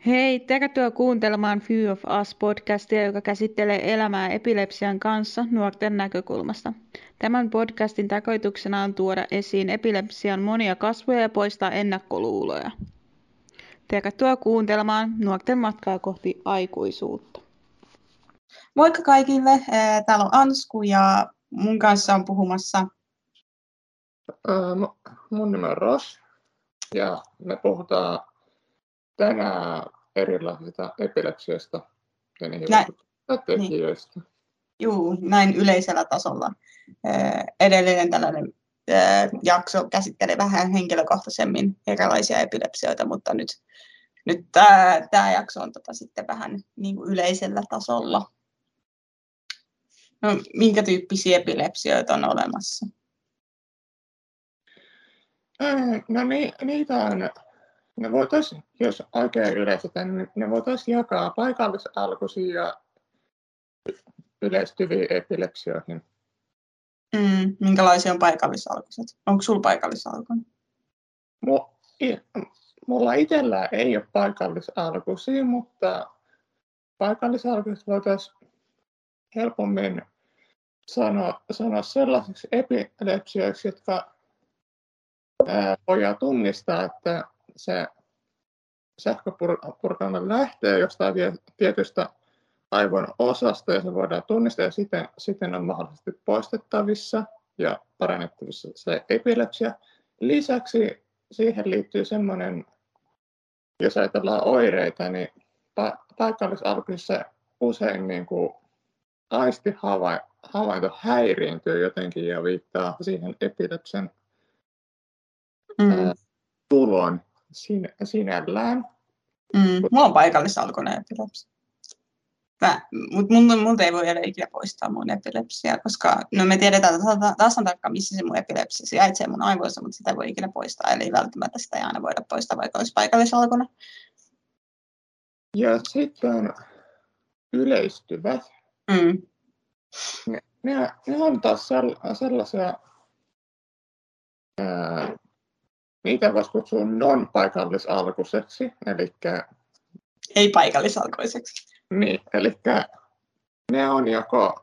Hei, tervetuloa kuuntelemaan Few of Us-podcastia, joka käsittelee elämää epilepsian kanssa nuorten näkökulmasta. Tämän podcastin tarkoituksena on tuoda esiin epilepsian monia kasvoja ja poistaa ennakkoluuloja. Tervetuloa kuuntelemaan nuorten matkaa kohti aikuisuutta. Moikka kaikille, täällä on Ansku ja mun kanssa on puhumassa. Mun nimi on Ross ja me puhutaan tänään erilaisista epilepsioista ja niihin vaikuttavista tekijöistä. Juu, näin yleisellä tasolla. Edellinen tällainen jakso käsittelee vähän henkilökohtaisemmin erilaisia epilepsioita, mutta nyt tämä jakso on sitten vähän niin kuin yleisellä tasolla. No, minkä tyyppisiä epilepsioita on olemassa? No niitä on, ne voitaisiin, jos oikein yleistetään, niin ne voitaisiin jakaa paikallisalkuisiin ja yleistyviin epilepsioihin. Minkälaisia on paikallisalkuiset? Onko sulla paikallisalkuinen? Mulla itsellään ei ole paikallisalkuisia, mutta paikallisalkuiset voitaisiin helpommin sanoa sellaisiksi epilepsioiksi, jotka voidaan tunnistaa, että se sähköpurkauma lähtee jostain tietystä aivon osasta ja se voidaan tunnistaa ja siten on mahdollisesti poistettavissa ja parannettavissa se epilepsia. Lisäksi siihen liittyy semmoinen, jos ajatellaan oireita, niin paikallisalkuissa usein niin kuin aistihavainto häiriintyy jotenkin ja viittaa siihen epilepsian tulon sinällään. Mulla on paikallisalkuinen epilepsia. Mutta multa ei voi ikinä poistaa mun epilepsiaa, koska me tiedetään tasan tarkkaan, missä se mun epilepsia sijaitsee mun aivoissa, mutta sitä ei voi ikinä poistaa, eli välttämättä sitä ei aina voida poistaa, vaikka olisi paikallisalkuinen. Ja sitten yleistyvät. Ne on taas sellaisia, niitä voisi kutsua non-paikallisalkuiseksi, eli ei paikallisalkuiseksi. Niin, eli ne on joko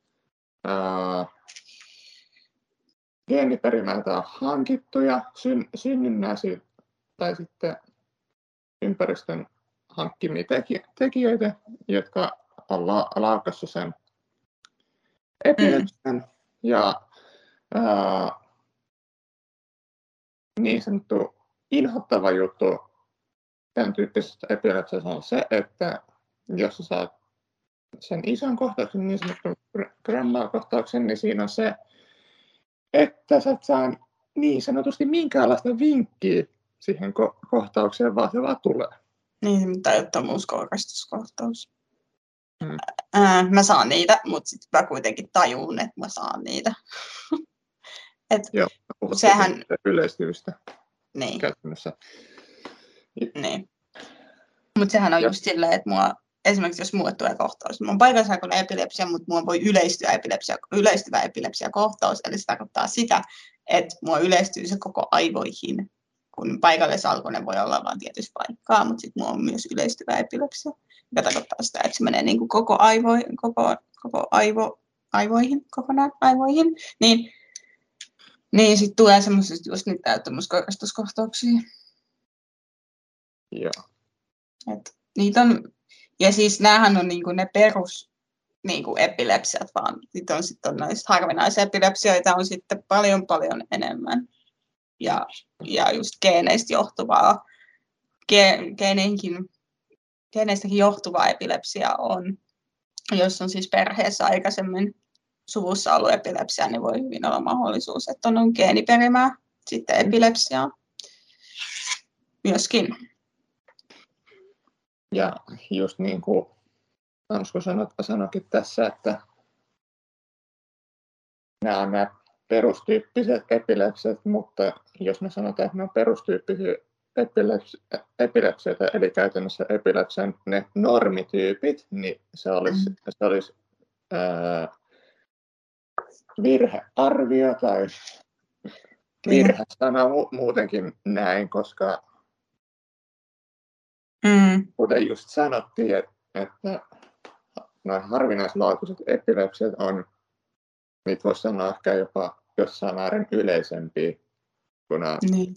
geeniperimältä hankittuja, synnynnäisiä tai sitten ympäristön hankkimia tekijöitä, jotka on laukaissut sen epilepsian. Ja niin sanottu inhottava juttu tämän tyyppisestä epilepsiasta on se, että jos sä saat sen ison kohtauksen, niin sanotun Grandma-kohtauksen, niin siinä on se, että sä et saa niin sanotusti minkäänlaista vinkkiä siihen kohtaukseen, vaan se vaan tulee. Niin, tajuttomuuskohtaus. Mä saan niitä, mutta sitten mä kuitenkin tajun, että mä saan niitä. Joo, sehän yleistyvistä niin. Käytännössä. Niin. Mutta sehän on just silleen, että esimerkiksi jos mulle tulee kohtaus, mulla on paikallisalkuinen epilepsia, mutta mulla voi yleistyvä epilepsiakohtaus, eli se tarkoittaa sitä, että mulla yleistyy se koko aivoihin, kun paikallisalkuinen voi olla vain tietyssä paikkaa, mutta sitten mulla on myös yleistyvä epilepsia, joka tarkoittaa sitä, että se menee niin kuin koko aivoihin, kokonaan aivoihin, niin sitten tulee semmoisesti just niitä täyttömyyskohtauksia. Joo. Niitä on, ja siis näähän on niinku ne perus niinku epilepsiat, vaan sitten on näistä harvinaisia epilepsioita on sitten paljon enemmän. Ja just geeneistä johtuvaa, geeneistäkin johtuvaa epilepsia on, jos on siis perheessä aikaisemmin suvussa ollut epilepsia, niin voi hyvin olla mahdollisuus, että on geeniperimää sitten epilepsiaa myöskin. Ja just niin kuin Ansku sanoikin tässä, että nämä on nämä perustyyppiset epilepsiat, mutta jos me sanotaan, että ne on perustyyppisiä epilepsioita, eli käytännössä epilepsian ne normityypit, niin se olisi virhearvio tai virhesana muutenkin näin, koska kuten just sanottiin, että noin harvinaislaatuiset epilepsiat on, niitä voisi sanoa ehkä jopa jossain määrin yleisempiä kuin Niin.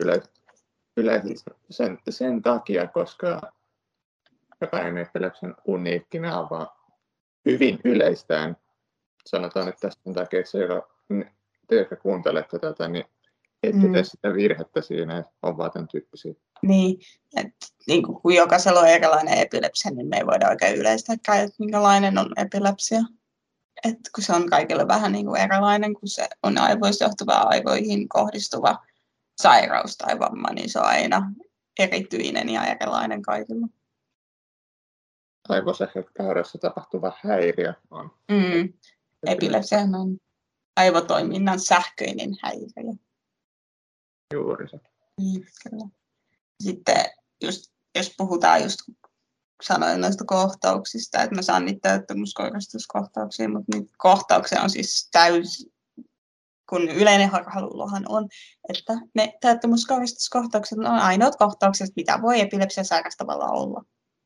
sen takia, koska jokainen epilepsia on uniikki, nämä on vaan hyvin yleistään. Sanotaan, että tästä takia se, te, jotka kuuntelette tätä, niin ette tee sitä virhettä siinä, että on vaan tämän tyyppisiä. Niin, että niin kun jokaisella on erilainen epilepsia, niin me ei voida oikein yleistääkään, että minkälainen on epilepsia. Että kun se on kaikille vähän niin kuin erilainen, kun se on aivoista johtuva aivoihin kohdistuva sairaus tai vamma, niin se on aina erityinen ja erilainen kaikilla. Aivosähkökäyrässä tapahtuva häiriö on. Epilepsia on aivotoiminnan sähköinen häiriö. Juuri se. Niin, kyllä. Sitten just, jos puhutaan just sanoin noista kohtauksista, että mä saan niitä täyttömuskoirastuskohtauksia, mutta niitä kohtauksia on siis kun yleinen harhaluulohan on, että ne täyttömuskoirastuskohtaukset on ainoat kohtaukset, mitä voi epilepsia sairastavalla olla.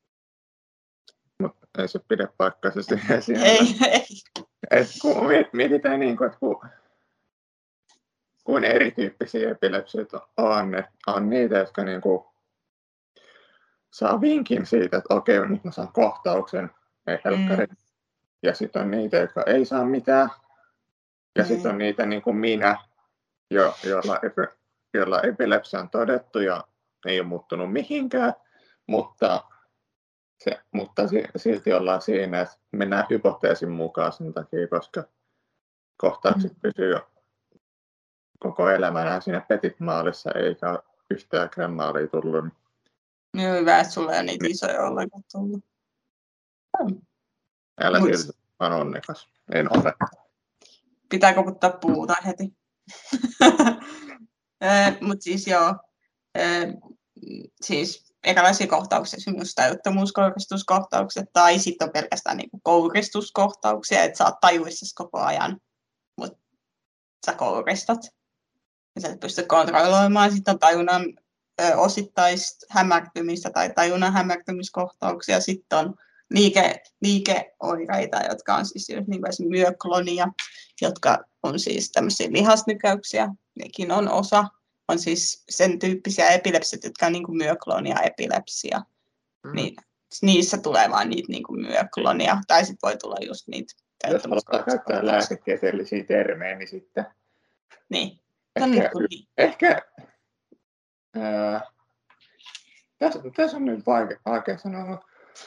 Mutta ei se pidä paikkansa siellä. Ei. Et kun mietitään niin kuin, että kun erityyppisiä epilepsioita on niitä, jotka niin kuin saa vinkin siitä, että okei, nyt mä saan kohtauksen, ei helkkari. Ja sitten on niitä, jotka ei saa mitään. Ja sitten on niitä niin kuin minä, joilla epilepsia on todettu ja ei ole muuttunut mihinkään. Mutta silti ollaan siinä, että mennään hypoteesin mukaan sen takia, koska kohtaukset pysyy koko elämänä siinä petit-maalissa, eikä ole yhtään grammaalia tullut. Joo, hyvä, että sulla ei ole niitä isoja ollenkaan tullut. Älä silti, mä oon onnekas. En ole. Pitää koputtaa puuta heti. Mutta siis joo, siis erilaisia kohtauksia, esimerkiksi täyttömuskoiristuskohtaukset, tai sitten on pelkästään niinku kouristuskohtauksia, että sä oot tajuissasi koko ajan, mutta sä kouristat. Ja sä et pysty kontrolloimaan. Sitten on tajunnan osittaista hämärtymistä tai tajunnan hämärtymiskohtauksia. Sitten on liikeoireita, jotka on siis niin kuin myoklonia, jotka on siis tämmöisiä lihasnykäyksiä. Nekin on osa. On siis sen tyyppisiä epilepsioita, jotka on niin kuin myoklonia epilepsia. Niin, niissä tulee vain niitä niin kuin myoklonia, tai sitten voi tulla just niitä. Jos halutaan käyttää lääketieteellisiä termejä, niin sitten niin. Tässä on nyt vaikea sanoa.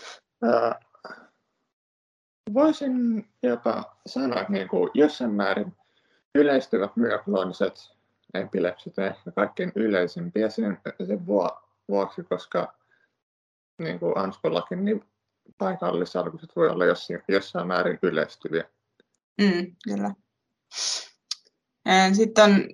Voisin jopa sanoa, että niin kuin jossain määrin yleistyvät myoklooniset epilepsit on ehkä kaikkein yleisimpiä sen vuoksi, koska niin kuin Anspollakin, niin paikallisarkuiset voi olla jossain määrin yleistyviä. Kyllä. Sitten on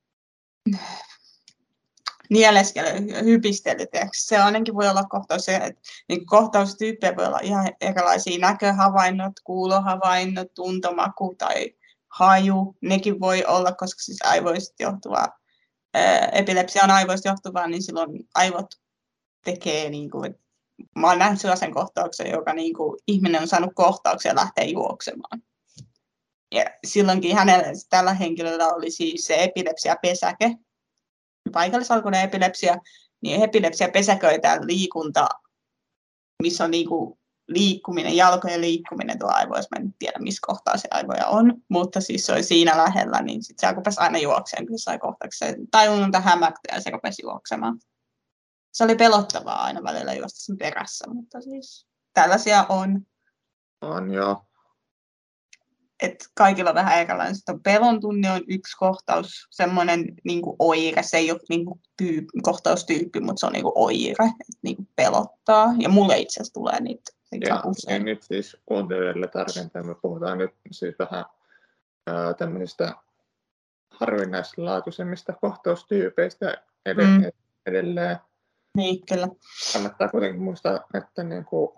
nieleskely, hypistely. Se ainakin voi olla kohtaus, että niin kohtaustyyppejä voi olla ihan erilaisia näköhavainnot, kuulohavainnot, tuntomaku tai haju. Nekin voi olla, koska siis aivoista johtuva epilepsia on aivoista johtuvaa, niin silloin aivot tekee, niin kuin, mä olen nähnyt sellaisen kohtauksen, joka niin kuin, ihminen on saanut kohtauksen ja lähtee juoksemaan. Ja silloinkin tällä henkilöllä oli siis se epilepsiapesäke, paikallisalkuinen epilepsia, niin epilepsiapesäköitä liikunta, missä on niinku liikkuminen, jalkojen liikkuminen tuolla aivoissa. Mä en tiedä, missä kohtaa se aivoja on, mutta siis se oli siinä lähellä, niin sitten se rupesi aina juokseen, kun se sai kohtauksen. Tajunnunta hämäktää ja se rupesi juoksemaan. Se oli pelottavaa aina välillä juosta sen perässä, mutta siis tällaisia on. On joo. Että kaikilla on vähän erilainen. Sitten pelon tunne on yksi kohtaus, semmoinen niinku oire. Se ei ole niinku kohtaustyyppi, mutta se on niinku oire, että niinku pelottaa. Ja mulle itse asiassa tulee niitä usein. Ja nyt siis kuuntelijoille tarkentaa, me puhutaan nyt siis vähän tämmöisistä harvinaislaatuisemmista kohtaustyypeistä edelleen. Niin, kyllä. Kannattaa kuitenkin muistaa, että niinku,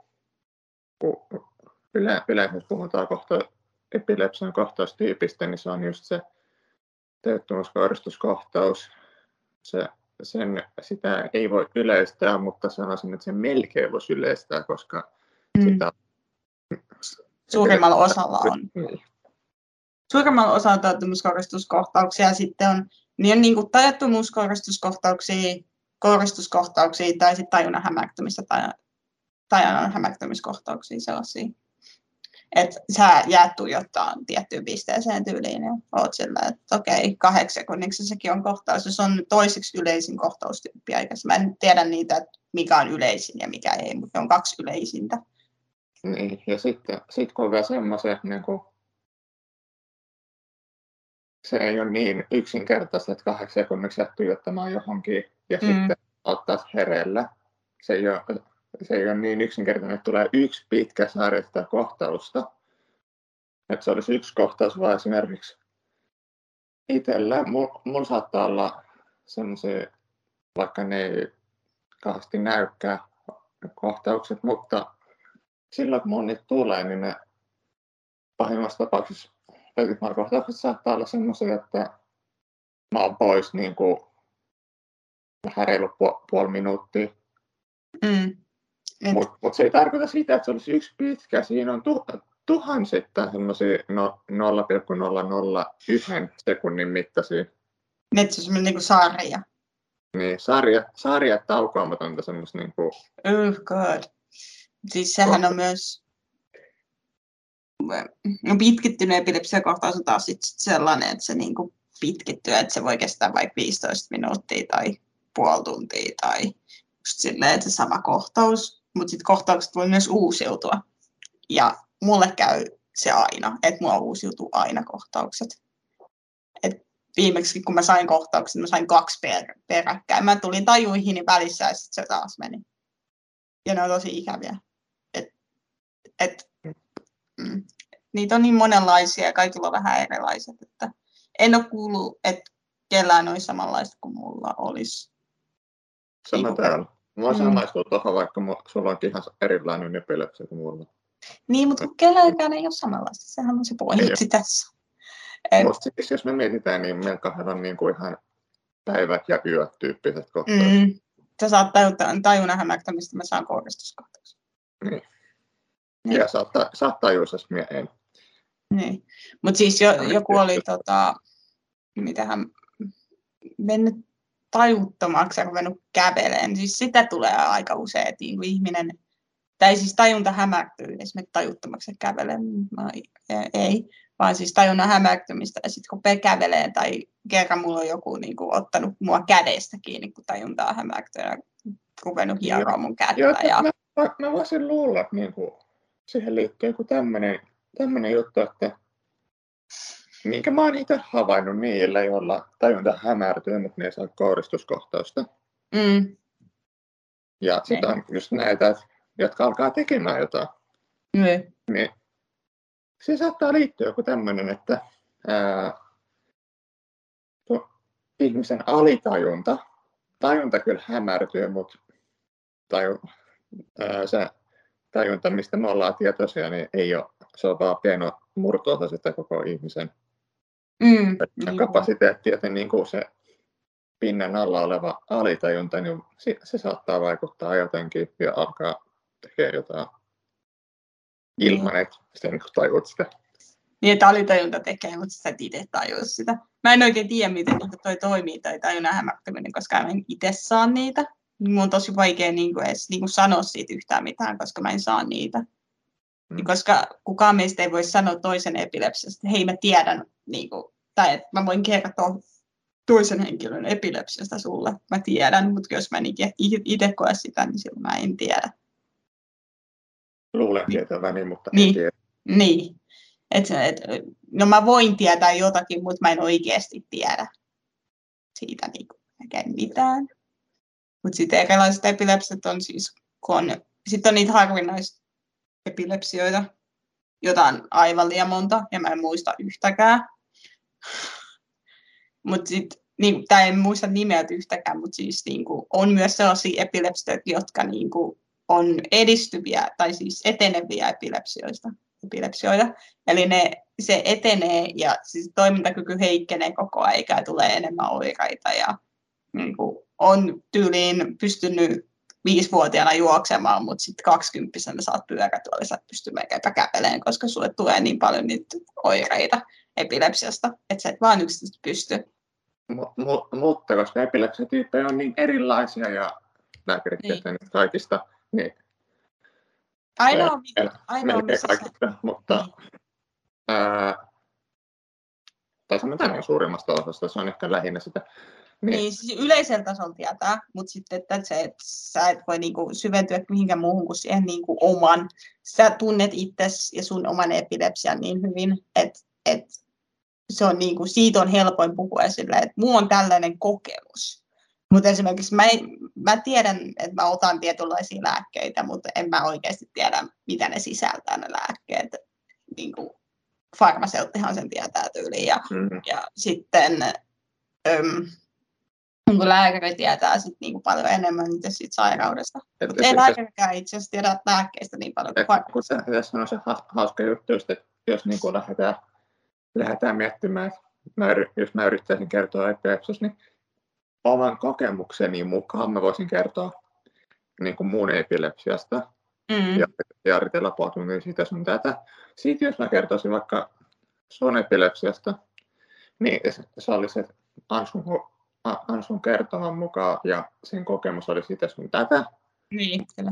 yleensä puhutaan epilepsian kohtaustyypistä, niin se on just se täyttömuskoiristuskohtaus, se sitä ei voi yleistää, mutta sanoisin, että sen melkein voisi yleistää, koska sitä suurimmalla osalla on. Niin. Suurimmalla osalla taipumuskoristuskohtauksia sitten on niin tajuttomuuskoristuskohtauksia tai sitten tajunnan hämärtymistä tai tajunnan hämärtymiskohtauksia sellaisia. Että sä jäät tuijottaa tiettyyn pisteeseen tyyliin ja oot sillä, että okei, 8 sekunniksi sekin on kohtaus. Se on toiseksi yleisin kohtaustyyppi. Mä en tiedä niitä, että mikä on yleisin ja mikä ei, mutta on 2 yleisintä. Niin, ja sitten kun on vielä semmoiset, niin se ei ole niin yksinkertaista, että 8 sekunniksi jäät tuijottamaan johonkin ja sitten ottaa hereillä. Se ei ole niin yksinkertainen, että tulee yksi pitkä sarja sitä kohtausta. Että se olisi yksi kohtaus, vaan esimerkiksi itsellä. Mulla saattaa olla sellaisia, vaikka ne ei kauheasti näykään kohtaukset, mutta silloin kun mun niitä tulee, niin ne pahimmassa tapauksessa kohtaukset saattaa olla sellaisia, että mä oon pois niin kuin vähän reilu puoli minuuttia. Mutta se ei tarkoita sitä, että se olisi yksi pitkä. Siinä on tuhansittain semmoisia 0,001 sekunnin mittaisia. Että se on semmoinen niin kuin sarja. Niin, sarjat taukoamatonta semmoista niin kuin... Oh god. Siis sehän on myös... No, pitkittynyt epilepsiakohtaus on taas sellainen, että se niin kuin pitkittyy, että se voi kestää vaikka 15 minuuttia tai puoli tuntia tai just silleen, että se sama kohtaus. Mutta sitten kohtaukset voi myös uusiutua. Ja mulle käy se aina, että mulla uusiutuu aina kohtaukset. Et viimeksi kun mä sain kohtaukset, mä sain 2 peräkkäin. Mä tulin tajuihin välissä ja sitten se taas meni. Ja ne on tosi ikäviä. Niitä on niin monenlaisia ja kaikilla on vähän erilaiset. Että en ole kuullut, että kellään olisi samanlaista kuin mulla olisi. Sama täällä. Mä samaistun tuohon, vaikka sulla onkin ihan erilainen epilepsia kuin mulla. Niin, mutta kenelläkään ei ole samanlaista. Sehän on se pointti tässä. Mutta siis, jos me mietitään, niin meidän kahdella on niin kuin ihan päivät ja yöt tyyppiset kohtaukset. Sä saat tajunnan hämärtämistä, mä saan kohdistuskohtauksia. Niin. Ja saat tajuisessa miehen. Niin. Mutta siis joku oli mitähän mennyt tajuttomaksi ja ruvennut kävelemään. Siis sitä tulee aika usein, että ihminen, tai siis tajunta hämärtyy esimerkiksi tajuttomaksi ja kävelee. No, ei, vaan siis tajunnan hämärtymistä. Ja sitten kun kävelee tai kerran mulla on joku niin kuin, ottanut mua kädestä kiinni, kun tajuntaa hämärtyy ja ruvennut hieroa mun kättä. Mä voisin luulla, että niin kuin, siihen liittyy joku tämmöinen juttu, että minkä mä oon itse havainnut niillä, joilla tajunta hämärtyy, mutta ne ei saa kohdistuskohtausta. Ja sitten on just näitä, jotka alkaa tekemään jotain. Niin. Se saattaa liittyä joku tämmöinen, että ihmisen alitajunta kyllä hämärtyy, mutta se tajunta, mistä me ollaan tietoisia, niin ei ole, se on vaan pieno murto-osa sitä koko ihmisen kapasiteetti, joten niin kuin se pinnan alla oleva alitajunta, niin se saattaa vaikuttaa jotenkin ja alkaa tekemään jotain ilman, että sä tajuut sitä. Niin, että alitajunta tekee, mutta sä et itse tajua sitä. Mä en oikein tiedä, miten toi toimii tai tajunnan hämärtyminen, koska mä en itse saa niitä. Mun on tosi vaikea edes sanoa siitä yhtään mitään, koska mä en saa niitä. Koska kukaan meistä ei voi sanoa toisen epilepsiasta, että hei, mä tiedän, tai että mä voin kertoa toisen henkilön epilepsiasta sulle. Mä tiedän, mutta jos mä en itse koe sitä, niin silloin mä en tiedä. Luulen tietäväni, mutta en tiedä. Niin. No mä voin tietää jotakin, mutta mä en oikeasti tiedä siitä mitään. Mutta sitten erilaiset epilepsiat on siis, sitten on niitä harvinaisia epilepsioita, jota on aivan liian monta, ja mä en muista yhtäkään. Mutta sitten, tai en muista nimeltä yhtäkään, mutta siis on myös sellaisia epilepsioita, jotka on edistyviä, tai siis eteneviä epilepsioita. Eli se etenee, ja siis toimintakyky heikkenee koko ajan, ja tulee enemmän oireita, ja niin kuin, on tyyliin pystynyt 5-vuotiaana juoksemaan, mutta sitten 20-vuotiaana saat pyörätuolissa, että pystyy melkeinpä kävelemään, koska sulle tulee niin paljon niitä oireita epilepsiasta, että sä et vaan yksinkertaisesti pysty. Mutta koska epilepsiatyyppejä on niin erilaisia ja lääkärit tietää niistä kaikista, niin ainoa melkein kaikista, mutta tai sanotaan suurimmasta osasta, se on ehkä lähinnä sitä. Niin siis yleisellä tasolla tietää, mutta sitten että sä et voi niinku syventyä mihinkään muuhun kuin siihen niinku oman. Sä tunnet itsesi ja sun oman epilepsian niin hyvin, että se on niinku, siitä on helpoin puhua sillä, että mulla on tällainen kokemus. Mutta esimerkiksi mä tiedän, että mä otan tietynlaisia lääkkeitä, mutta en mä oikeasti tiedä, mitä ne sisältää ne lääkkeet. Niinku, farmaseuttihan sen tietää tyyliin. Ja sitten niin lääkäri tietää sit niinku paljon enemmän siitä sairaudesta. Mutta ei lääkärikään itse asiassa tiedä lääkkeistä niin paljon kuin farmaseuttihan. Tässä on se hauska juttu, että jos niinku lähdetään miettimään, jos mä yrittäisin kertoa epilepsiasta, niin oman kokemukseni mukaan mä voisin kertoa niin kuin muun epilepsiasta ja aritella puhutunkin siitä sun tätä. Siitä jos mä kertoisin vaikka sun epilepsiasta, niin se oli se Ansun kertoman mukaan ja sen kokemus oli siitä sun tätä. Niin, kyllä.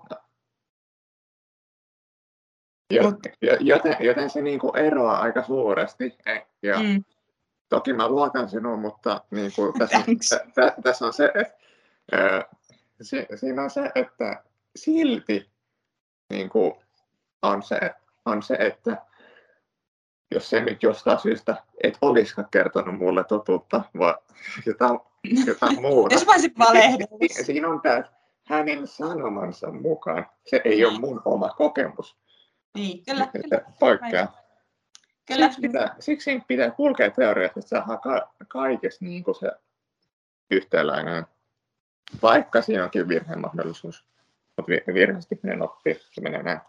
Joten se niin kuin eroaa aika suuresti. Ja toki mä luotan sinuun, mutta niin kuin tässä on se, että siinä on se, että silti niin kuin on se, että jos se nyt jostain syystä et olisikaan kertonut mulle totuutta, vaan jotain muuta. Jos mä olisin valehdella. Siinä on tämä hänen sanomansa mukaan. Se ei ole mun oma kokemus. Niin, kyllä. Poikkeaa. Kyllä. Siksi pitää kulkea teoriassa, että saadaan kaikessa niin kuin se yhteenlainen, vaikka siinä onkin virheen mahdollisuus. Mutta virheesti minä oppii, se menee näin.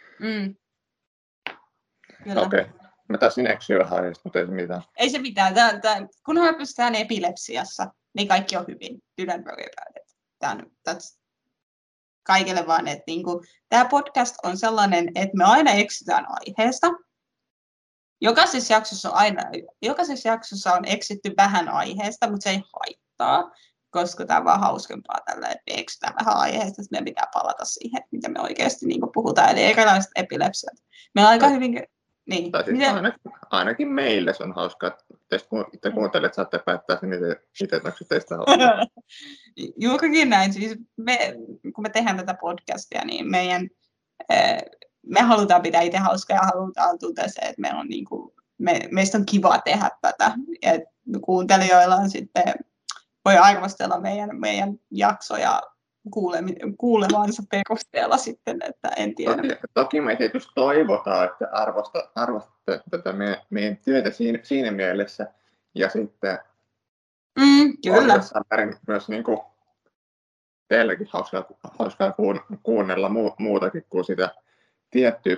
Okei. Mä taisin eksyä vähän, mutta ei se mitään. Ei se mitään. Kunhan me pystytään epilepsiassa, niin kaikki on hyvin. Don't worry about it. That's kaikille vaan, että niinku, tämä podcast on sellainen, että me aina eksytään aiheesta. Jokaisessa jaksossa on eksitty vähän aiheesta, mutta se ei haittaa, koska tämä on vaan hauskempaa tällä, että me eksytään vähän aiheesta, että meidän pitää palata siihen, mitä me oikeasti niinku puhutaan, eli erilaiset epilepsiat. Meillä on aika hyvin. Niin. Tai siis ainakin meille se on hauskaa, että te kuuntelet, saatte päättää sen itse, onko teistä hauskaa. Juurikin näin. Siis kun me tehdään tätä podcastia, niin me halutaan pitää itse hauskaa ja halutaan tuntea se, että meistä on kiva tehdä tätä. Ja kuuntelijoilla on sitten, voi arvostella meidän jaksoja kuulemansa perusteella sitten, että en tiedä. Toki me tietysti toivotaan, että arvostatte tätä meidän työtä siinä mielessä. Ja sitten kyllä. on myös niin kuin teilläkin hauskaa kuunnella muutakin kuin sitä tiettyä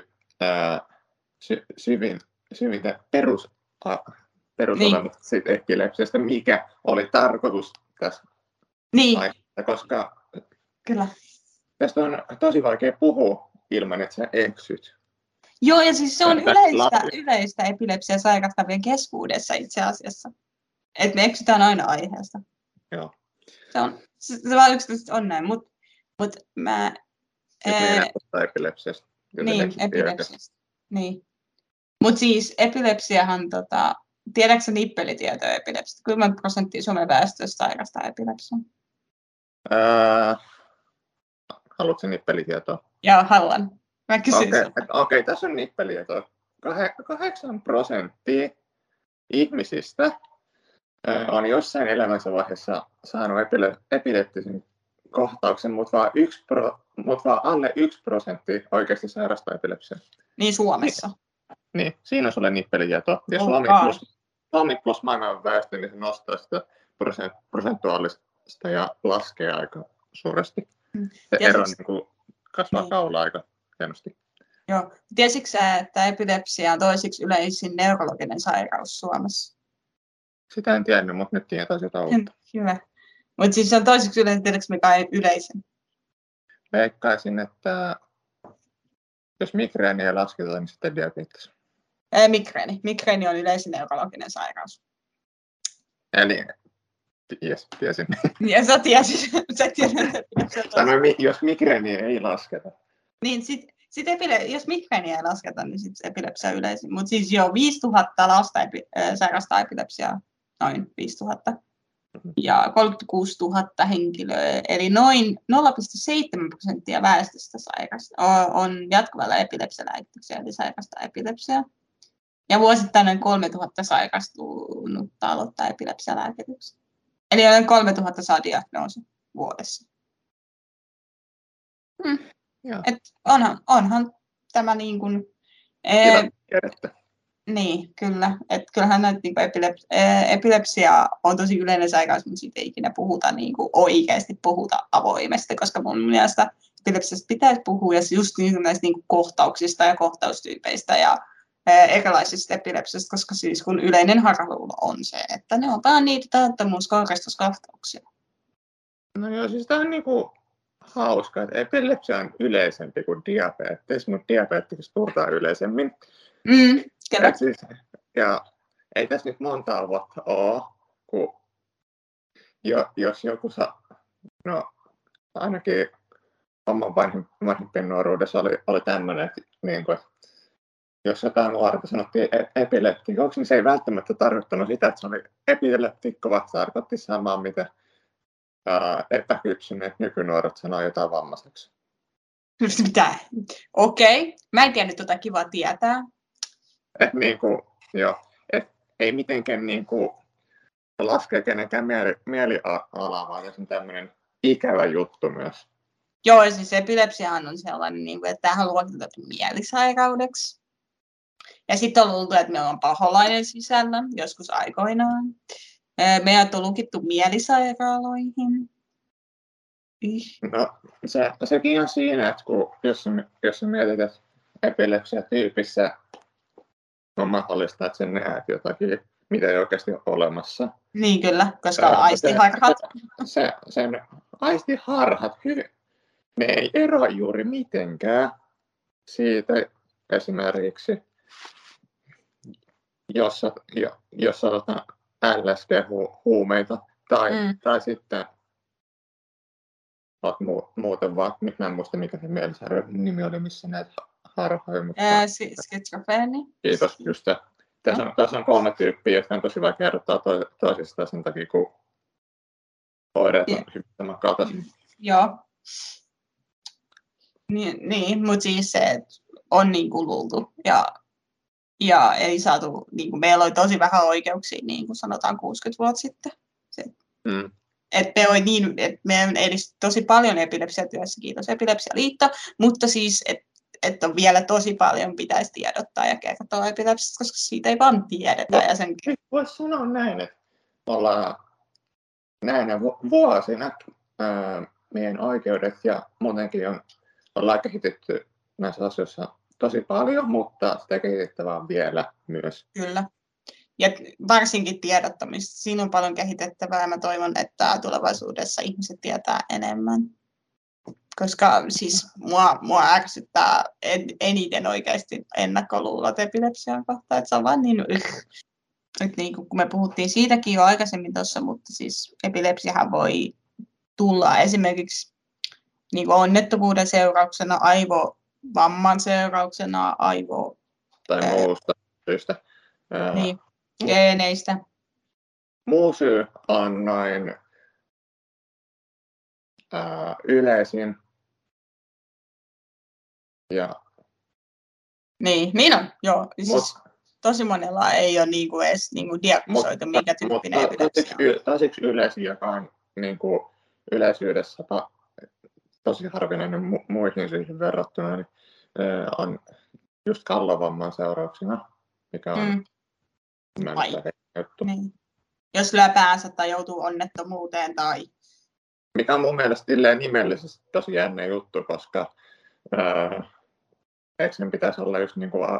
syvintä perusolemusta siitä epilepsiasta, mikä oli tarkoitus tässä aiheessa, koska kyllä. Tästä on tosi vaikea puhua ilman, että sä eksyt. Joo, ja siis se on yleistä epilepsiaa sairastavien keskuudessa itse asiassa. Että me eksytään aina aiheesta. Joo. Se vaan yksinkertaisesti on näin, mutta mä... Meidän epilepsiasta. Niin, epilepsiasta. Niin. Mutta siis epilepsiahan, tiedätkö nippelitietoa epilepsiasta? Kuinka % Suomen väestöstä sairastaa epilepsiaa? Haluatko nippelitietoa? Joo, haluan. Mä kysyn Okei, tässä on nippelitietoa. 8% ihmisistä on jossain elämänsä vaiheessa saanut epileptisen kohtauksen, mutta vaan alle 1% oikeasti sairastaa epilepsiaa. Niin Suomessa? Niin, siinä on sulle nippelitietoa. Ja Suomi plus maailman väestö, niin se nostaa sitä prosentuaalista ja laskee aika suuresti. Se ero niin kasvaa kaulaa aika hienosti. Joo. Tiesitkö sä, että epilepsia on toisiksi yleisin neurologinen sairaus Suomessa? Sitä en tiennyt, mutta nyt tietää sitä uutta. Hyvä. Mutta siis se on toiseksi yleinen, tiedätkö mikä on yleisen? Veikkaisin, että jos migreeniä lasketaan, niin sitten diabetes. Migreeni. Migreeni on yleisin neurologinen sairaus. Eli tiesin. Ja sä tiesit. Sanoin, jos migreeniä ei lasketa. Niin, jos migreeniä ei lasketa, niin sitten epilepsia on yleisin. Mutta siis jo 5000 lasta sairastaa epilepsiaa. Noin 5000. Ja 36 000 henkilöä, eli noin 0,7% väestöstä on jatkuvalla epilepsialääkityksellä, eli sairastaa epilepsiaa. Ja vuosittain noin 3000 sairastunutta aloittaa epilepsialääkityksen. Eli noin 3000 saa diagnoosi vuodessa. Et onhan tämä niin kuin... Niin, kyllä. Että kyllähän näitä niin epilepsia on tosi yleinen sairaus, mutta siitä ei ikinä puhuta oikeasti puhuta avoimesti, koska mun mielestä epilepsiasta pitäisi puhua ja just näistä niin kohtauksista ja kohtaustyypeistä ja erilaisista epilepsiasta, koska siis kun yleinen harhaluulo on se, että ne on vaan niitä tauttomuuskohtauksia. No joo, siis tämä on niinku hauska, että epilepsia on yleisempi kuin diabetes, mutta diabetes puhutaan yleisemmin. Siis, ja ei tässä nyt montaa vuotta ole, kun jos joku no ainakin oman vanhempien nuoruudessa oli tämmöinen, että niin kuin, jos jotain nuorta sanottiin epileptikoksi, niin se ei välttämättä tarkoittanut sitä, että se oli epileptikko, vaan tarkoitti samaa, mitä epäkypsyneet nykynuoret sanoo jotain vammaiseksi. Mitä? Okei. Mä en tiennyt tuota, kiva tietää. Ei mitenkään laskee kenenkään mielialaa, vaan se on tämmöinen ikävä juttu myös. Joo, siis epilepsiahan on sellainen, että tämähän on luokiteltu mielisairaudeksi. Ja sitten on luultu, että meillä on paholainen sisällä, joskus aikoinaan. Meidät on lukittu mielisairaaloihin. No, sekin on siinä, että jos sä mietit, että epilepsia-tyypissä on mahdollista, että sen näet jotakin, mitä ei oikeasti ole olemassa. Niin kyllä, koska aistiharhat. Sen aistiharhat, ne ei eroa juuri mitenkään siitä esimerkiksi, jos otetaan LSD-huumeita tai sitten muuten vaan, nyt mä en muista mikä se mielisairauden nimi oli, missä näitä harhoja. Skitsofreeni. Kiitos, just se. Tässä on 3 tyyppiä, jotka on tosi vaikea erottaa toisistaan sen takia, kun oireet on hyvin samankaltaisia. Joo. Niin, mutta siis se on niin kuin luultu. Ja ei saatu, niin kuin meillä oli tosi vähän oikeuksia, niin kuin sanotaan 60 vuotta sitten. Että me on edistetty tosi paljon epilepsiatyössä, kiitos Epilepsialiitto, mutta siis, että on vielä tosi paljon pitäisi tiedottaa ja kertoa epilepsiasta, koska siitä ei vaan tiedetä. Voisi sanoa näin, että ollaan näinä vuosina meidän oikeudet ja muutenkin ollaan kehitetty näissä asioissa tosi paljon, mutta sitä kehitettävää on vielä myös. Kyllä. Ja varsinkin tiedottamista. Siinä on paljon kehitettävää ja mä toivon, että tulevaisuudessa ihmiset tietää enemmän. Koska siis mua ärsyttää eniten oikeasti ennakkoluulot epilepsian kohtaan. Että se on vaan niin kun me puhuttiin siitäkin jo aikaisemmin tuossa, mutta siis epilepsiahan voi tulla esimerkiksi niin onnettomuuden seurauksena, aivovamman seurauksena, tai muusta syystä. Niin, geeneistä. Muu syy on noin yleisin. Niin on, joo. Siis tosi monella ei ole edes diagnosoitu, minkä tyyppinen epilepsia on. Toiseksi yleisin, joka on yleisyydessä tosi harvinainen muihin syihin verrattuna, niin on just kallovamman seurauksena, mikä on juttu. Niin. Jos lyö päänsä tai joutuu onnettomuuteen tai... Mikä on mun mielestä nimellisesti tosi jännä juttu, koska eikö sen pitäisi olla just niin kuin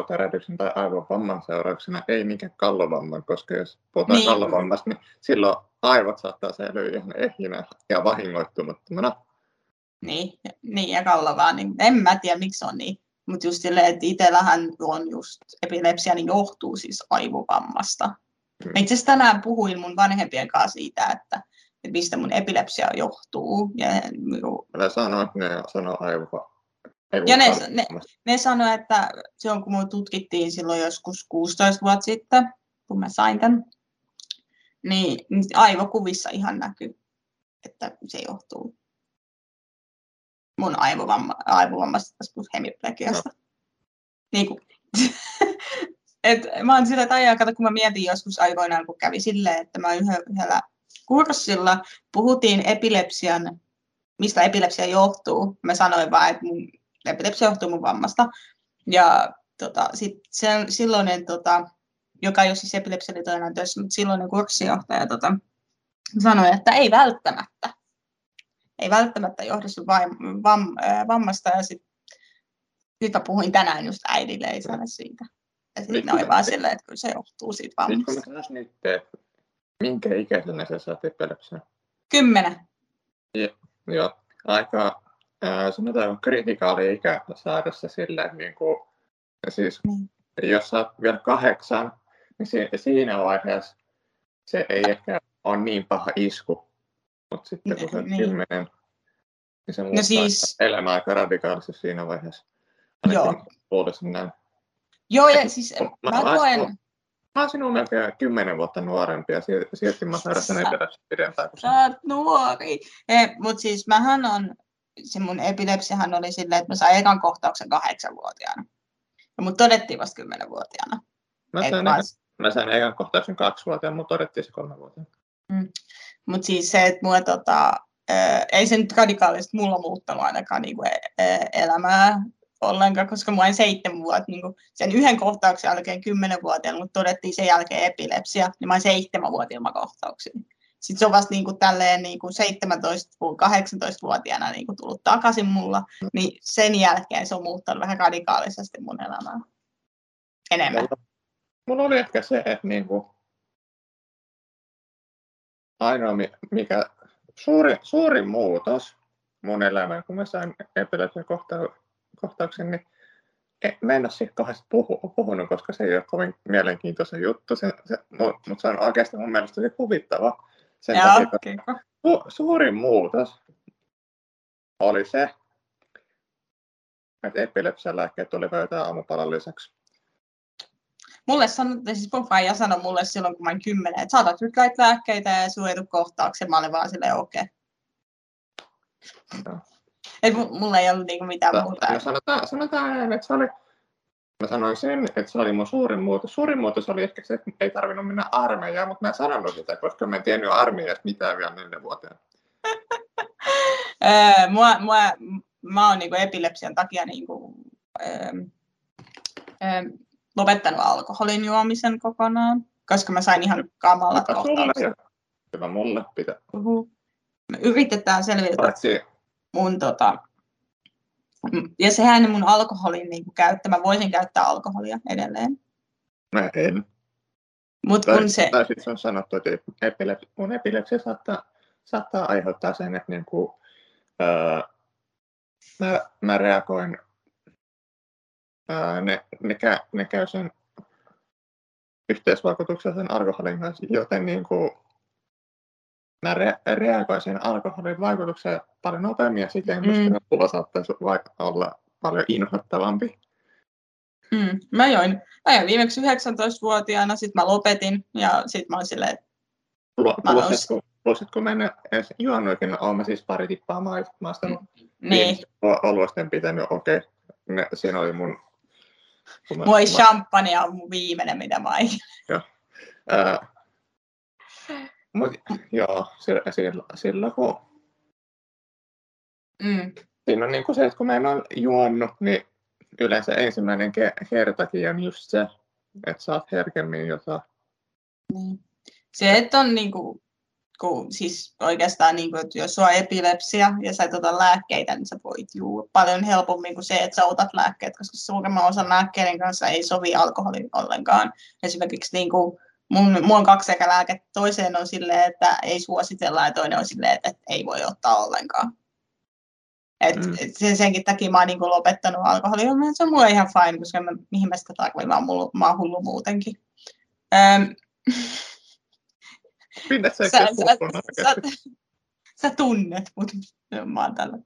aivotärähdyksen tai aivovamman seurauksena, ei niinkään kallovamman, koska jos puhutaan kallovammasta, niin silloin aivot saattaa säilyä ihan ehjinä ja vahingoittumattomana. Niin ja kallavaa, niin en mä tiedä miksi on niin. Mutta just silleen, että itsellähän on just epilepsia, niin johtuu siis aivovammasta. Itse asiassa tänään puhuin mun vanhempien kanssa siitä, että mistä mun epilepsia johtuu. Ja ne sanoo aivovammasta. Ja ne sanoi, että se on kun mun tutkittiin silloin joskus 16 vuotta sitten, kun mä sain tämän, niin aivokuvissa ihan näkyy, että se johtuu mun aivovammasta tästä hemiplegiasta. Niin kuin, mä oon sillä kato, kun mä mietin joskus aikoinaan, kun kävi silleen, että mä yhdellä kurssilla puhuttiin epilepsian, mistä epilepsia johtuu. Mä sanoin vaan, että mun epilepsia johtuu mun vammasta. Ja silloinen, joka ei ole siis epilepsialiiton enää töissä, mutta silloinen kurssijohtaja sanoi, että ei välttämättä johdu sun vammasta. Ja sitten mä puhuin tänään just äidille ja isälle siitä. Ja sitten ne oli vaan silleen, että kyllä se johtuu siitä vammasta. Nyt minkä ikäisenä sä saat epilepsiaa? 10. Joo, aika sanotaan kritikaali ikä saada se sillä, että niinku, siis, jos sä oot vielä 8, niin siinä vaiheessa se ei ehkä ole niin paha isku. Mutta sitten kun sä oot 10, niin se muuttaa elämää aika radikaalisesti siinä vaiheessa. Joo. Puolisin näin. Joo, ja siis mä koen... Mä oon sinua melkein 10 vuotta nuorempi ja silti mä sairastan epilepsia pidempään kuin sä oot nuori. Mutta siis mähän on, se mun epilepsiahan oli silleen, että mä sain ekan kohtauksen 8-vuotiaana. Ja mut todettiin vasta 10-vuotiaana. Mä sain ekan kohtauksen 2-vuotiaana, mutta todettiin se 3-vuotiaana. Mutta siis se, että mua ei se nyt radikaalisesti mulla muuttanut ainakaan niinku elämää ollenkaan, koska mä olin 7 vuotta, niin sen yhden kohtauksen jälkeen 10-vuotiaana, mutta todettiin sen jälkeen epilepsia, niin mä olin 7-vuotiaana kohtauksia. Sitten se on vasta tälleen 17-18-vuotiaana tullut takaisin mulla, niin sen jälkeen se on muuttanut vähän radikaalisesti mun elämää. Enemmän. Mulla oli ehkä se, että ainoa mikä suurin muutos mun elämään, kun mä sain epilepsian kohtauksen, niin mä en ole siitä kauheasti puhunut, koska se ei ole kovin mielenkiintoinen juttu, mutta se on oikeasti mun mielestä tosi huvittava. Sen takia, suurin muutos oli se, että epilepsialääkkeet tuli pöytään aamupalan lisäksi. Mulle sanottiin, siis mun faija sanoi mulle silloin, kun mä olin 10, että saatat nyt näitä lääkkeitä ja sun ei tule kohtauksen. Mä olin vaan silleen okei. Mulla ei ollut mitään muuta. Sanotaan, että se oli, mä sanoin sen, että se oli mun suurin muutos. Suurin muutos oli ehkä se, että ei tarvinnut mennä armeijaan, mutta mä en sanonut sitä, koska mä en tiennyt armeijasta mitään vielä 4-vuotiaana. Mä oon epilepsian takia lopettanut alkoholin juomisen kokonaan, koska mä sain ihan kamalat kohtaukset. Hyvä mulle pitää. Me yritetään selvitä mun ja sehän mun alkoholin käyttö. Mä voisin käyttää alkoholia edelleen. Mä en. Mut kun se... Tai sitten on sanottu, että mun epilepsia saattaa aiheuttaa sen, että mä reagoin, ne käy sen yhteisvaikutuksen sen alkoholin kanssa, joten mä reagoin sen alkoholin vaikutukseen paljon nopeammin ja siten mulla saattaisi olla paljon inhottavampi. Mä join viimeksi 19-vuotiaana, sit mä lopetin ja sit mä olin silleen, että Plus, kun mä en edes juonnuikin, oon mä siis pari tippaa maistanut. Niin. Oluisten pitänyt, okei. Siinä oli mun... Moi champagne on mun viimeinen, mitä mä aion. Joo. Joo, sillä kun... Siinä on se, että kun mä en ole juonut, niin yleensä ensimmäinen kertakin on just se, että saat herkemmin jotain. Niin. Se, että on kun siis oikeastaan, että jos sulla on epilepsia ja sä et ota lääkkeitä, niin sä voit juua paljon helpommin kuin se, että sä otat lääkkeet, koska suurimman osan lääkkeiden kanssa ei sovi alkoholi ollenkaan. Esimerkiksi Mulla on 2 eka lääkettä. Toiseen on silleen, että ei suositella ja toinen on silleen, että ei voi ottaa ollenkaan. Senkin takia mä oon niin lopettanut alkoholia. Se on mulle ihan fine, koska mihin mä sitä tarvitsen. Mä oon hullu muutenkin. Sä tunnet, mutta mä oon tällä.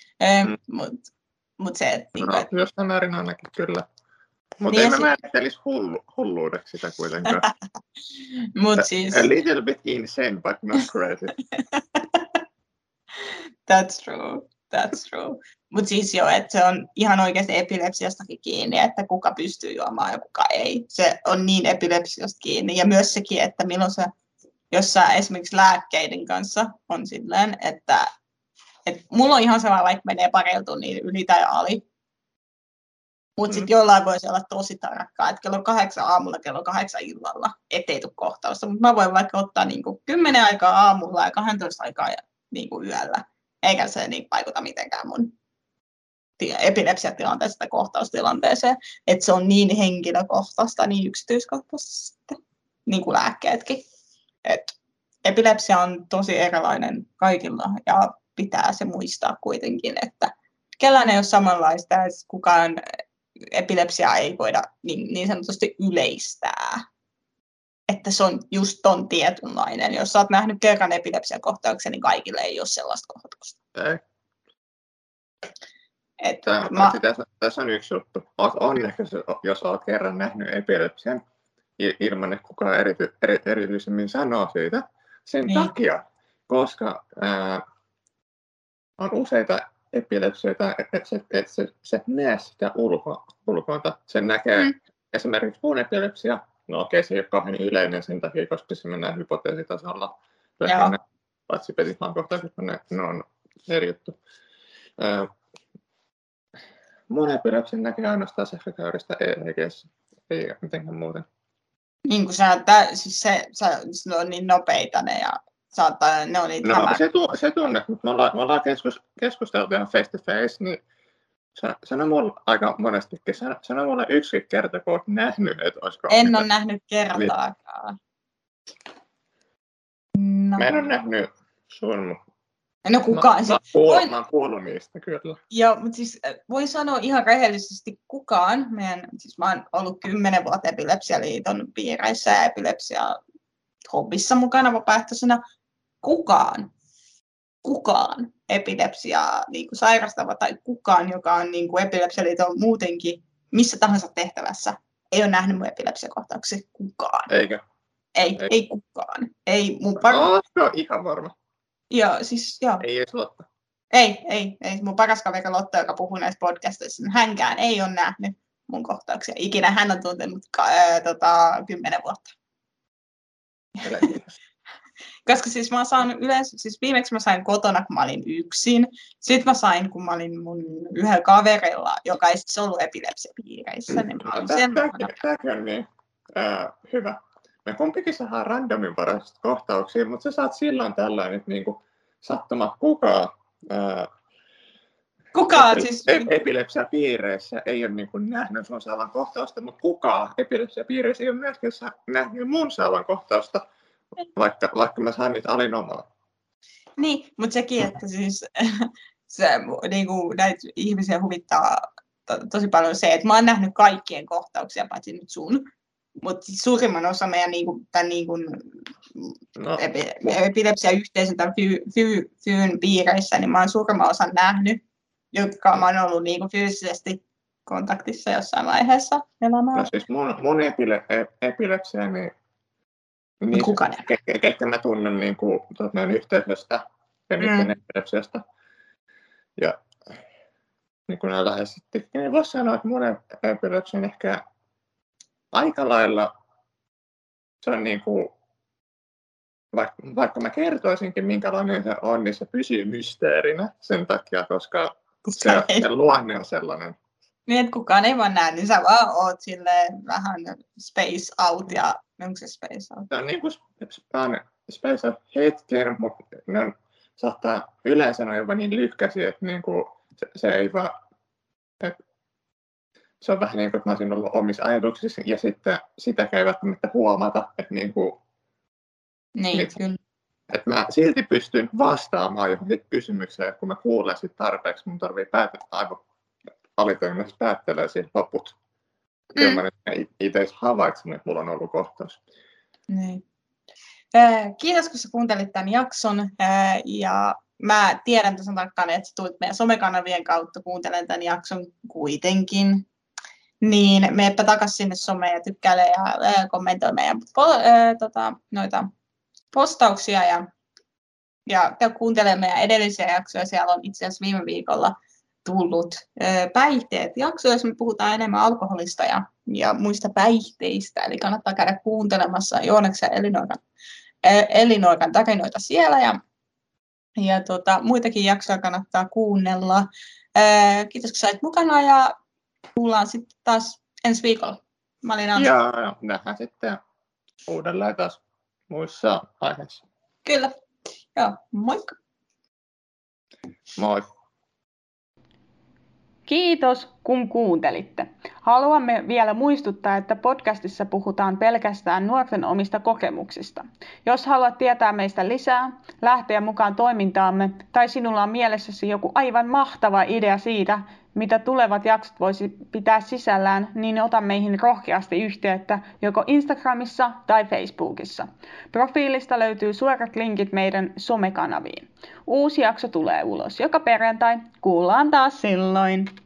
Mut se, että... No, jostain määrin ainakin kyllä. Mutta niin en mä määrittelisi hulluudeksi sitä kuitenkaan. Mut siis... A little bit insane, but not crazy. That's true. Mutta siis jo, että se on ihan oikeasti epilepsiastakin kiinni, että kuka pystyy juomaan ja kuka ei. Se on niin epilepsiasta kiinni. Ja myös sekin, että milloin se, jos sä esimerkiksi lääkkeiden kanssa on silleen, että mulla on ihan sama, vaikka menee parilla tunnin yli tai ali. Mutta sitten jollain voisi olla tosi tarkkaa, että kello 8 aamulla, kello 8 illalla, ettei tule kohtausta. Mutta mä voin vaikka ottaa niinku 10 aikaa aamulla ja 12 aikaa niinku yöllä. Eikä se niin vaikuta mitenkään mun epilepsiatilanteesta tai kohtaustilanteeseen. Että se on niin henkilökohtaista, niin yksityiskohtaista, niin kuin lääkkeetkin. Et epilepsia on tosi erilainen kaikilla ja pitää se muistaa kuitenkin, että kellään ei ole samanlaista, että kukaan epilepsiaa ei voida niin sanotusti yleistää. Että se on just ton tietynlainen. Jos sä oot nähnyt kerran epilepsiakohtauksen, niin kaikille ei ole sellaista kohtausta. Ei. Tässä on yksi juttu. Onneksi, jos olet kerran nähnyt epilepsian ilman, että kukaan erityisemmin sanoo siitä. Sen takia, koska on useita epilepsioita, että se näe sitä ulkoilta. Sen näkee esimerkiksi muun epilepsia. No okei, se ei ole kauhean yleinen sen takia, koska se mennään hypoteesitasolla. Paitsi petismaankohtaiset, ne on eri juttu. Mun epilepsin näkee ainoastaan sähkökäyristä EEG:ssä, ei mitenkään muuten. Niin kuin ne on niin nopeita ne ja ne on niitä se tunnet, mutta me ollaan keskusteltu ihan face to face, niin sano mulle aika monestikin, sano mulle yksi kerta, kun olet nähnyt, että olisiko... En ole nähnyt kertaakaan. No. Mä en ole nähnyt sun... No kukaan. Mä oon kuullut niistä, kyllä. Joo, mutta siis voin sanoa ihan rehellisesti kukaan. Mä oon ollut 10 vuotta Epilepsialiiton piireissä ja epilepsia-hobbissa mukana vapaaehtoisena. Kukaan epilepsiaa niin kuin sairastava tai kukaan, joka on niin kuin Epilepsialiiton muutenkin missä tahansa tehtävässä, ei ole nähnyt mun epilepsiakohtauksia. Kukaan. Eikö? Ei kukaan. Ei mun no, ihan varma. Joo, siis joo. Ei edes Lotta. Ei. Mun paras kaveri Lotta, joka puhuu näissä podcasteissa, niin hänkään ei ole nähnyt mun kohtauksia. Ikinä hän on tuntenut 10 vuotta. Koska siis mä oon saanut yleensä, siis viimeksi mä sain kotona, kun mä olin yksin. Sitten mä sain, kun mä olin mun yhdellä kaverilla, joka ei siis ollut epilepsiapiireissä. Niin Tämäkin on niin hyvä. Me kumpikin saadaan randomin varaisista kohtauksia, mutta sä saat silloin tällainen niin sattuma kukaan siis... epilepsiapiireissä ei ole niin kuin nähnyt sun saavan kohtausta, mutta kukaan epilepsiapiireissä ei ole myöskään nähnyt mun saavan kohtausta, vaikka mä saan niitä alinomaa. Niin, mutta sekin, että siis niin kuin näitä ihmisiä huvittaa tosi paljon se, että mä oon nähnyt kaikkien kohtauksia, paitsi nyt sun. Mutta suurimman osa meidän epilepsiayhteisön tai FYyn piireissä, niin mä oon suurimman osan nähnyt, jotka mä oon ollut fyysisesti kontaktissa jossain vaiheessa elämää. No siis mun epilepsia, niin ketkä mä tunnen meidän yhteisöstä ja niiden epilepsiasta. Ja niin kuin ne läheisesti, niin voisi sanoa, että mun epilepsia on ehkä aika lailla, se on niin kuin, vaikka mä kertoisinkin minkälainen se on, niin se pysyy mysteerinä sen takia, koska se luonne on sellainen. Niin, että kukaan ei vaan näe, niin sä vaan oot silleen vähän space out ja onko se space out? Se on niin kuin space out hetken, mutta ne saattaa yleensä olla jopa niin lyhkäisiä, että niin kuin se ei vaan, se on vähän niin kuin, että mä olisin ollut omissa ajatuksissa ja sitten sitäkään ei välttämättä huomata, että niin kuin, Niin, kyllä. että mä silti pystyn vastaamaan johonkin kysymykseen, kun mä kuulen sit tarpeeksi, mun tarvii aivan alitoiminnassa päättelee siitä loput. Kyllä mä nyt itse edes havaitsin, että mulla on ollut kohtaus. Niin. Kiitos, kun sä kuuntelit tämän jakson. Ja mä tiedän tosiaan tarkkaan, että sä tulit meidän somekanavien kautta kuuntelemaan tämän jakson kuitenkin. Niin meepä takaisin sinne someen ja tykkäile ja kommentoi meidän noita postauksia ja käy kuuntelemaan meidän edellisiä jaksoja. Siellä on itse asiassa viime viikolla tullut päihteet jakso, jos me puhutaan enemmän alkoholista ja muista päihteistä. Eli kannattaa käydä kuuntelemassa Jooneksen Elinoikan tarinoita siellä ja muitakin jaksoja kannattaa kuunnella. Kiitos, kun sait mukana ja kuullaan sitten taas ensi viikolla. Mä olin Ansa. Ja nähdään sitten uudelleen taas muissa aiheissa. Kyllä. Joo, moikka. Moi. Kiitos, kun kuuntelitte. Haluamme vielä muistuttaa, että podcastissa puhutaan pelkästään nuorten omista kokemuksista. Jos haluat tietää meistä lisää, lähteä mukaan toimintaamme tai sinulla on mielessäsi joku aivan mahtava idea siitä, mitä tulevat jaksot voisi pitää sisällään, niin ota meihin rohkeasti yhteyttä joko Instagramissa tai Facebookissa. Profiilista löytyy suorat linkit meidän somekanaviin. Uusi jakso tulee ulos joka perjantai. Kuullaan taas silloin!